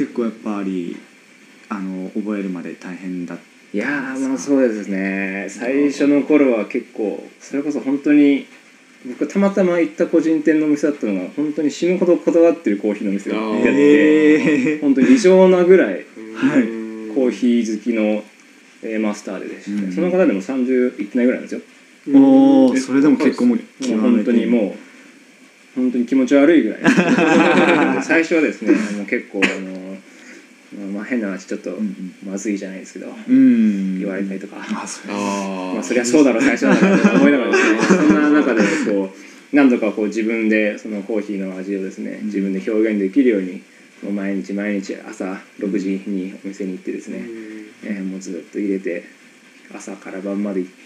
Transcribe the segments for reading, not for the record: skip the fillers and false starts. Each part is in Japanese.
結構やっぱり覚えるまで大変だった。 いやまあそうですね。最初の頃は結構それこそ本当に僕たまたま行った個人店のお店だったのが本当に死ぬほどこだわってるコーヒーの店がやってて、本当に異常なぐらいコーヒー好きのマスターでですね、その方でも30いってないぐらいなんですよ。 おお、それでも結構もう本当にもう本当に気持ち悪いぐらい最初はですねもう結構まあ変な話ちょっとまずいじゃないですけど言われたりとか、まあそりゃそうだろう最初だなと思いながらですねそんな中でこう何度かこう自分でそのコーヒーの味をですね自分で表現できるようにもう毎日朝6時にお店に行ってですねもうずっと入れて朝から晩まで行って、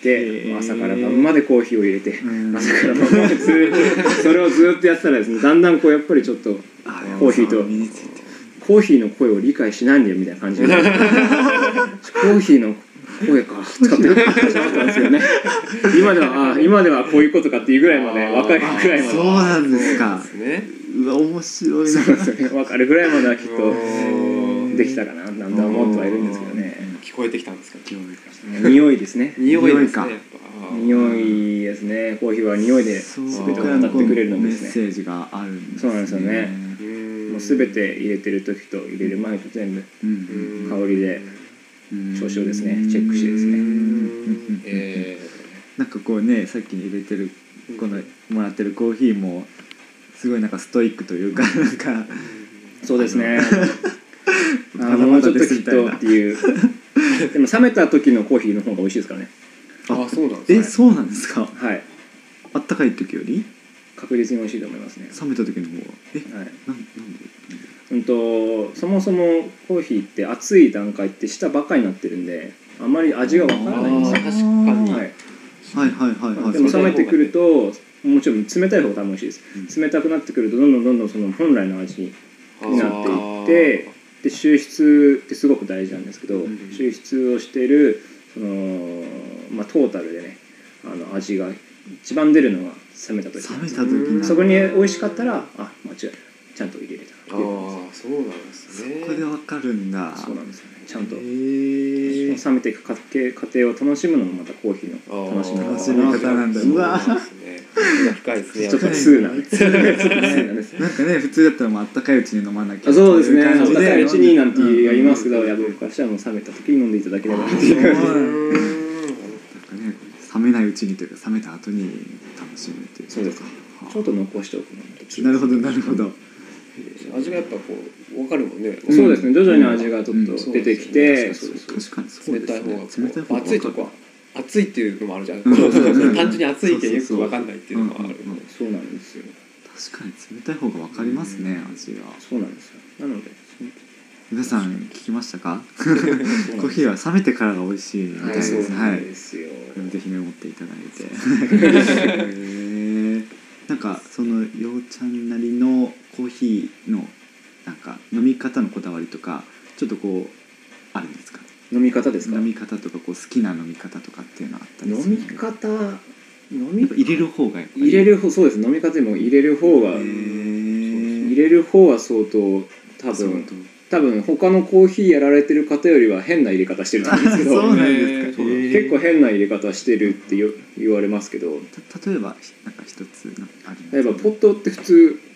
朝から晩までコーヒーを入れて、朝から晩までそれをずっとやってたらですねだんだんこうやっぱりちょっとコーヒーの声を理解しないんだよみたいな感じでコーヒーの声か使って始まったんですよね。今ではこういうことかっていうぐらいまで若いぐらいまでそうなんですか。うわ面白いな。 そうですね、分かるぐらいまではきっとできたかななんて思ってはいるんですけどね。 聞こえてきたんですか。 匂いですね。 匂いですね。 匂いですね。コーヒーは匂いで全てを語ってくれるのですね。 メッセージがあるんですね。 そうなんですよね。もう全て入れてる時と入れる前と全部香りで調子をですねチェックしてですね。 なんかこうねさっきに入れてるこのもらってるコーヒーもすごいなんかストイックというかなんかそうですね。もうちょっときっとっていうでも冷めた時のコーヒーの方が美味しいですからね。 あ、そうなんですね。 そうなんですか。 はい。 あったかい時より確実に美味しいと思いますね。 冷めた時の方ははい。 なんでそもそもコーヒーって熱い段階って下ばっかりになってるんであんまり味がわからないんですよ。 確かに。 はい。でも冷めてくるともちろん冷たい方が多分美味しいです。冷たくなってくるとどんどんその本来の味になっていってで抽出ってすごく大事なんですけど抽出をしているそのトータルでね味が一番出るのが冷めた時なんですよ。そこに美味しかったら間違いちゃんと入れれたっていう。 そうなんですね。 そこでわかるんだ。 そうなんですよね。ちゃんと冷めていく過程を楽しむのもまたコーヒーの楽しみ方なんだ。うわ深いですね。 ちょっと通なんですなんかね普通だったらもうあったかいうちに飲まなきゃ。 そうですね。あったかいうちになんて言いますけど、僕からしたらもう冷めた時に飲んでいただければっていう感じ。なんかね冷めないうちにというか冷めた後に楽しむっていう。 そうです。ちょっと残しておくの。 なるほどなるほど。 味がやっぱこう分かるもんね。 そうですね。徐々に味がちょっと出てきて、 確かにそうですね。 冷たい方が熱いとこ熱いっていうのもあるじゃん。単純に熱いってよく分かんないっていうのもある。 そうなんですよ。 確かに冷たい方が分かりますね味が。 そうなんですよ。なので皆さん聞きましたか？コーヒーは冷めてからが美味しいみたいです。はい。ぜひメモっていただいて。なんかそのようちゃんなりのコーヒーのなんか飲み方のこだわりとかちょっとこうあるんですか？ 飲み方ですか？ 飲み方とかこう好きな飲み方とかっていうのはあったりする？ 飲み方入れる方がそうです。飲み方でも入れる方は相当多分他のコーヒーやられてる方よりは変な入れ方してると思うんですけどそうなんですか。 結構変な入れ方してるって言われますけど、 例えばなんか一つあるんですか？ 例えばポットって普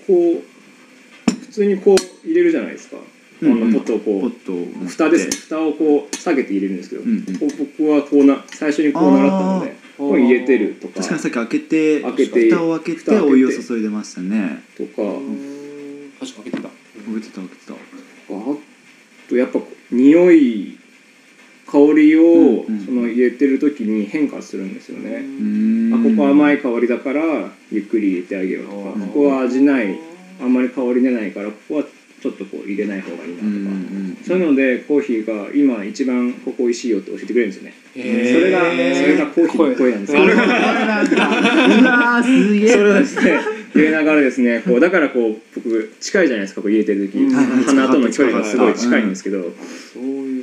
通にこう入れるじゃないですか。ポットをこう蓋ですね。蓋をこう下げて入れるんですけど、僕は最初にこう習ったのでこれ入れてるとか。 確かにさっき開けて蓋を開けてお湯を注いでましたね。 とか確か開けてた。 あとやっぱ匂い香りをその入れてる時に変化するんですよね。ここ甘い香りだからゆっくり入れてあげようとか、ここは味ないあんまり香り出ないからここはちょっとこう入れない方がいいなとか、そういうのでコーヒーが今一番ここ美味しいよって教えてくれるんですよね。それがコーヒーの声なんですよ。 うわすげえ。 それはですね入れながらですねだから僕近いじゃないですか入れてる時鼻との距離がすごい近いんですけど、 そういう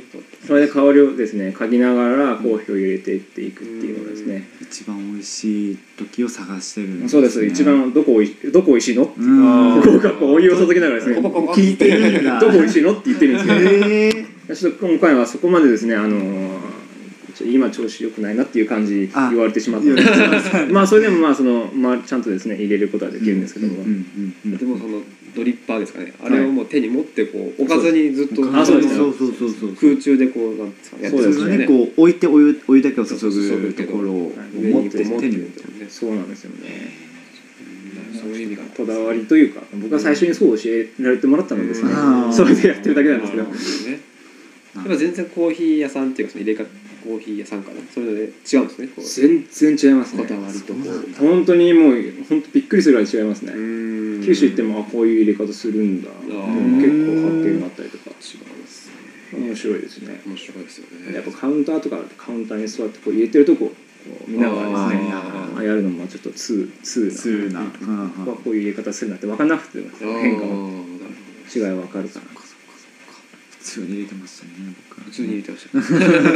それで香りをですね嗅ぎながらコーヒーを入れていっていくっていうのですね。 一番美味しい時を探してるんですね。 そうです。一番どこ美味しいの？ここお湯を注ぎながらですね。 聞いてるんだ。 どこ美味しいのって言ってるんですけど、ちょっと今回はそこまでですね今調子良くないなっていう感じ言われてしまったのでまあそれでもまあちゃんとですね入れることはできるんですけども、 でもそのドリッパーですかね、あれをもう手に持ってこう置かずにずっとそうですね、 空中でこうなんですかね、 そうですね、 こう置いてお湯だけを注ぐところを持って手に持ってる。 そうなんですよね。 そういう意味がこだわりというか、僕は最初にそう教えられてもらったのですね、それでやってるだけなんですけど、 やっぱ全然コーヒー屋さんっていうかその入れ方コーヒー屋さんかな、そういうので違うんですね。 全然違いますね。 こだわりとこう本当にもう本当びっくりするぐらい違いますね。九州行ってもこういう入れ方するんだ、結構発見があったりとか、 違いますね。面白いですね。 面白いですよね。 やっぱカウンターとかあるとカウンターに座ってこう入れてるとこ見ながらですね、やるのもちょっと通な、こういう入れ方するんだって分からなくて変化の違いは分かるから。 普通に入れてましたね。僕普通に入れてました。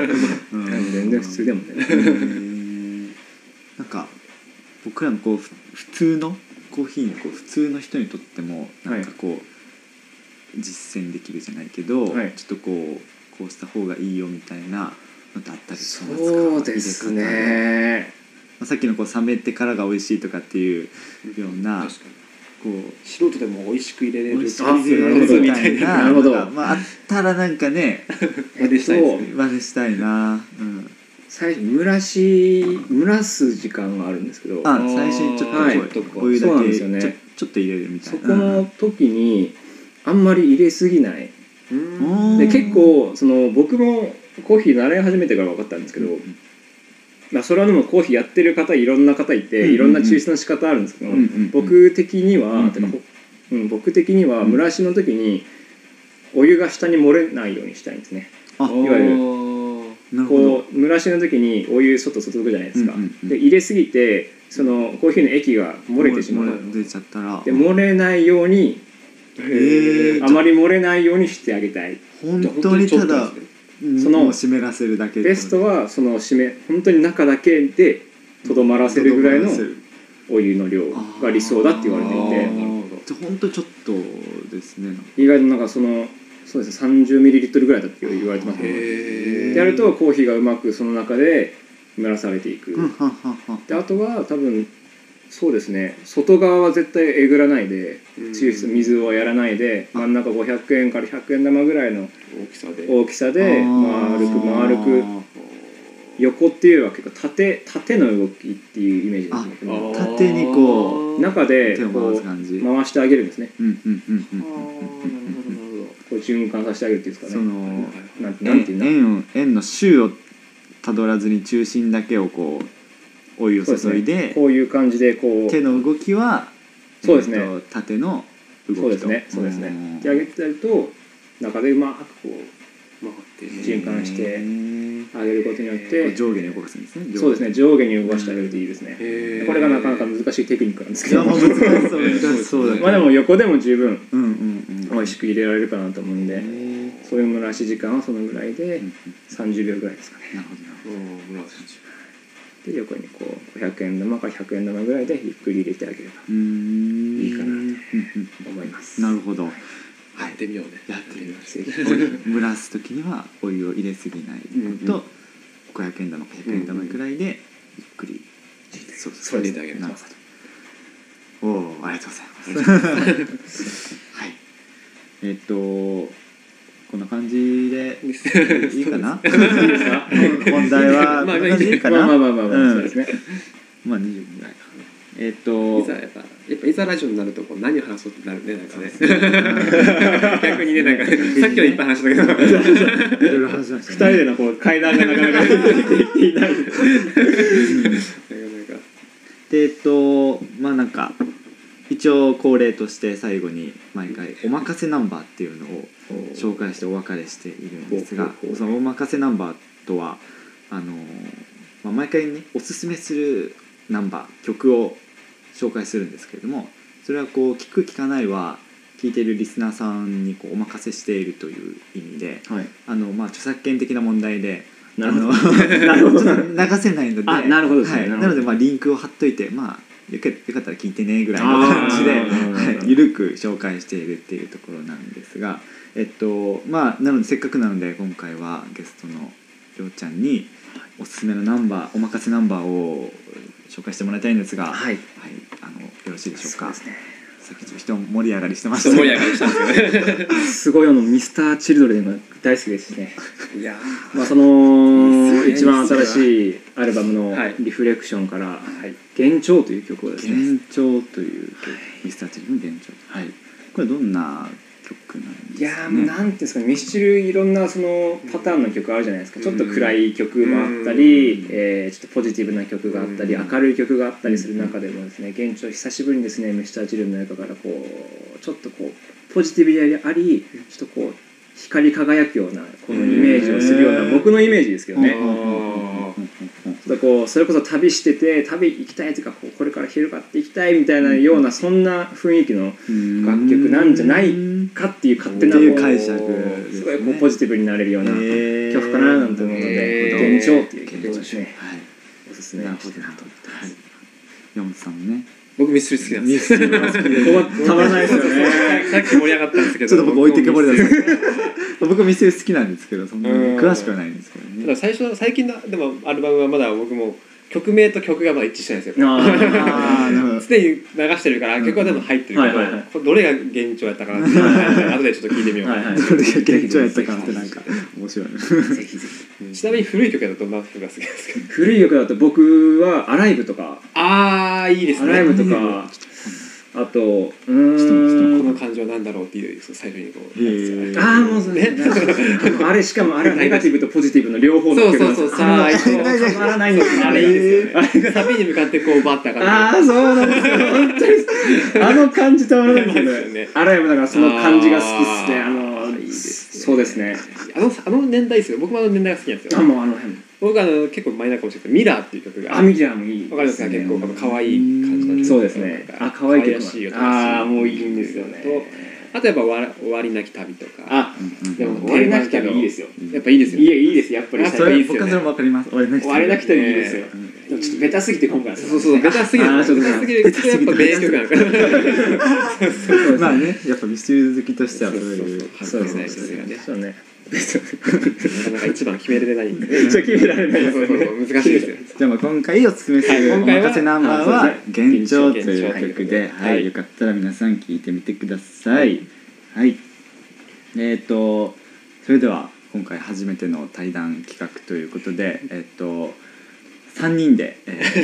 全然普通でもね。 なんか僕らのこう普通のコーヒーのこう普通の人にとってもなんかこう実践できるじゃないけど、ちょっとこうした方がいいよみたいなのってあったりしますか？ そうですね。 さっきのこう冷めてからが美味しいとかっていうような。こう素人でも美味しく入れれるみたいな、 なるほど。 あったらなんかね、 真似したいな。 最初蒸らす時間があるんですけど、 最初にちょっとお湯だけちょっと入れるみたいな。 そこの時にあんまり入れすぎない。で結構僕もコーヒー習い始めてから分かったんですけど。それはでもコーヒーやってる方いろんな方いていろんな抽出の仕方あるんですけど、僕的には蒸らしの時にお湯が下に漏れないようにしたいんですね。いわゆるこう蒸らしの時にお湯外注ぐじゃないですか。で入れすぎてそのコーヒーの液が漏れてしまう。 出ちゃったらで漏れないようにあまり漏れないようにしてあげたい。 本当にただその湿らせるだけ。 ベストはその本当に中だけでとどまらせるぐらいのお湯の量が理想だって言われていて、 本当ちょっとですね。 意外となんかそうですね 30ml ぐらいだって言われてますね。でやるとコーヒーがうまくその中で蒸らされていく。であとは多分そうですね、外側は絶対えぐらないで水をやらないで真ん中500円から100円玉ぐらいの大きさで丸く横っていうよりは結構縦の動きっていうイメージですね。 縦にこう中でこう回してあげるんですね。こう循環させてあげるっていうんですかね。 円の周をたどらずに中心だけをこうお湯を注いで、 こういう感じでこう手の動きはそうですね、 縦の動きとそうですねであげてやると中でうまくこう循環してあげることによって上下に動かすんですね。 そうですね、上下に動かしてあげるといいですね。これがなかなか難しいテクニックなんですけど、 難しそうだけど、 まあでも横でも十分美味しく入れられるかなと思うんで、そういう蒸らし時間はそのぐらいで30秒ぐらいですかね。 なるほどなるほど。 で横にこう500円玉から100円玉ぐらいでゆっくり入れてあげればいいかなと思います。 なるほど。やってみようね。 やってみます。蒸らす時にはお湯を入れすぎないと500円玉か100円玉ぐらいでゆっくりそう入れてあげる。 なるほど。おお、ありがとうございます。はい。こんな感じでいいかな。問題はこんな感じでいいかな。 まあそうですね。 まあ20分ぐらいか。 やっぱいざラジオになるとこう何を話そうってなるね、なんかね。逆にね、なんかさっきはいっぱい話したけど、 いろいろ話しましたね。 2人でのこう会談がなかなかできていない。 でまあなんか一応恒例として最後に毎回おまかせナンバーっていうのを紹介してお別れしているんですが、そのおまかせナンバーとは毎回ねおすすめするナンバー曲を紹介するんですけれども、それはこう聞く聞かないは聞いているリスナーさんにこうお任せしているという意味で、 はい、 まあ、著作権的な問題でなるほどなるほど流せないので、 なるほどですね、 はい、なのでまあリンクを貼っといて、まあ、よかったら聞いてねぐらいの感じで、はい、ゆるく紹介しているっていうところなんですが、まあ、なのでせっかくなので今回はゲストのりょうちゃんにおすすめのナンバー、お任せナンバーを紹介してもらいたいんですが、はい、はい、よろしいでしょうか。そうですね、さっきちょっと人盛り上がりしてましたね。 盛り上がりしたんですよね。 すごいミスターチルドレンが大好きですしね。いや、まあ、その一番新しいアルバムの「リフレクション」から「幻聴」という曲をですね。 幻聴という曲、ミスターチルドレンの幻聴。はい。これどんな曲なんですかね。 いや、なんていうんですかね、ミスチルいろんなそのパターンの曲あるじゃないですか。ちょっと暗い曲もあったり、ちょっとポジティブな曲があったり、明るい曲があったりする中でもですね、幻聴久しぶりにですね、ミスターチルドレンの中からこうちょっとこうポジティブであり、ちょっとこう光り輝くようなこのイメージをするような、僕のイメージですけどね。こうそれこそ旅してて、旅行きたいとか、これから広がっていきたいみたいなような、そんな雰囲気の楽曲なんじゃないかっていう勝手な解釈、 すごいこうポジティブになれるような曲かななんて思うので、幻聴っていう曲をですね、おすすめしたいなと思ってます。 山本さんもね、 僕ミスチル好きなんです。 たまらないですよね。 さっき盛り上がったんですけど、 ちょっと僕置いてけぼりだった。僕ミスチル好きなんですけど、そんなに詳しくはないんですけどね。 ただ最近のでもアルバムはまだ僕も曲名と曲がまだ一致してないんですよ。常に流してるから曲は全部入ってるけど、どれが幻聴やったかなって後でちょっと聞いてみよう。 どれが幻聴やったかなってなんか面白い。 ぜひぜひ。 ちなみに古い曲だとどんな曲が好きですか？ 古い曲だと僕はアライブとか、 いいですね。 アライブとか、あとこの感情なんだろうっていう最初にこう、 もうね、あれしかもあれネガティブとポジティブの両方の曲なんですよ。たまらないんですよ。あれが旅に向かってこうバッて上がる。そうなんですよ。本当に感じたまらないですよね。アライブだからその感じが好きっすね。そうですね。 あの年代ですよ。僕もあの年代が好きなんですよ。 もうあの辺。 僕は結構マイナーかもしれないけど、ミラーっていう曲が。 ミラーもいい。 わかりますか？結構可愛い感じの曲。 そうですね。可愛い曲。もういいんですよね。 あとやっぱ終わりなき旅とか。 でも終わりなき旅いいですよ。 やっぱいいですよ。 いいです。やっぱりそれ僕はそれもわかります。終わりなき旅いいですよ。ちょっとベタすぎて今回ベタすぎる。やっぱ名曲なのかな。 まあね、やっぱミスチル好きとしてはそうですね。 なかなか一番決められないんで、 決められないですね。 難しいですよ。 じゃあ今回おすすめするお任せナンバーは「幻聴」という曲で、よかったら皆さん聴いてみてください。はい。それでは今回初めての対談企画ということで、3人で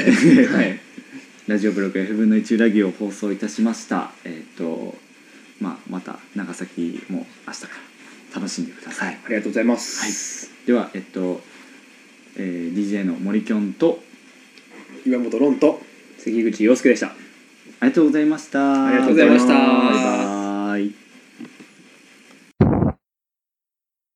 ラジオブログ F 分の1裏木を放送いたしました。また長崎も明日から楽しんでください。 ありがとうございます。 ではDJ の森きょんと岩本ロンと関口洋介でした。 ありがとうございました。 ありがとうございました。 バイバイ。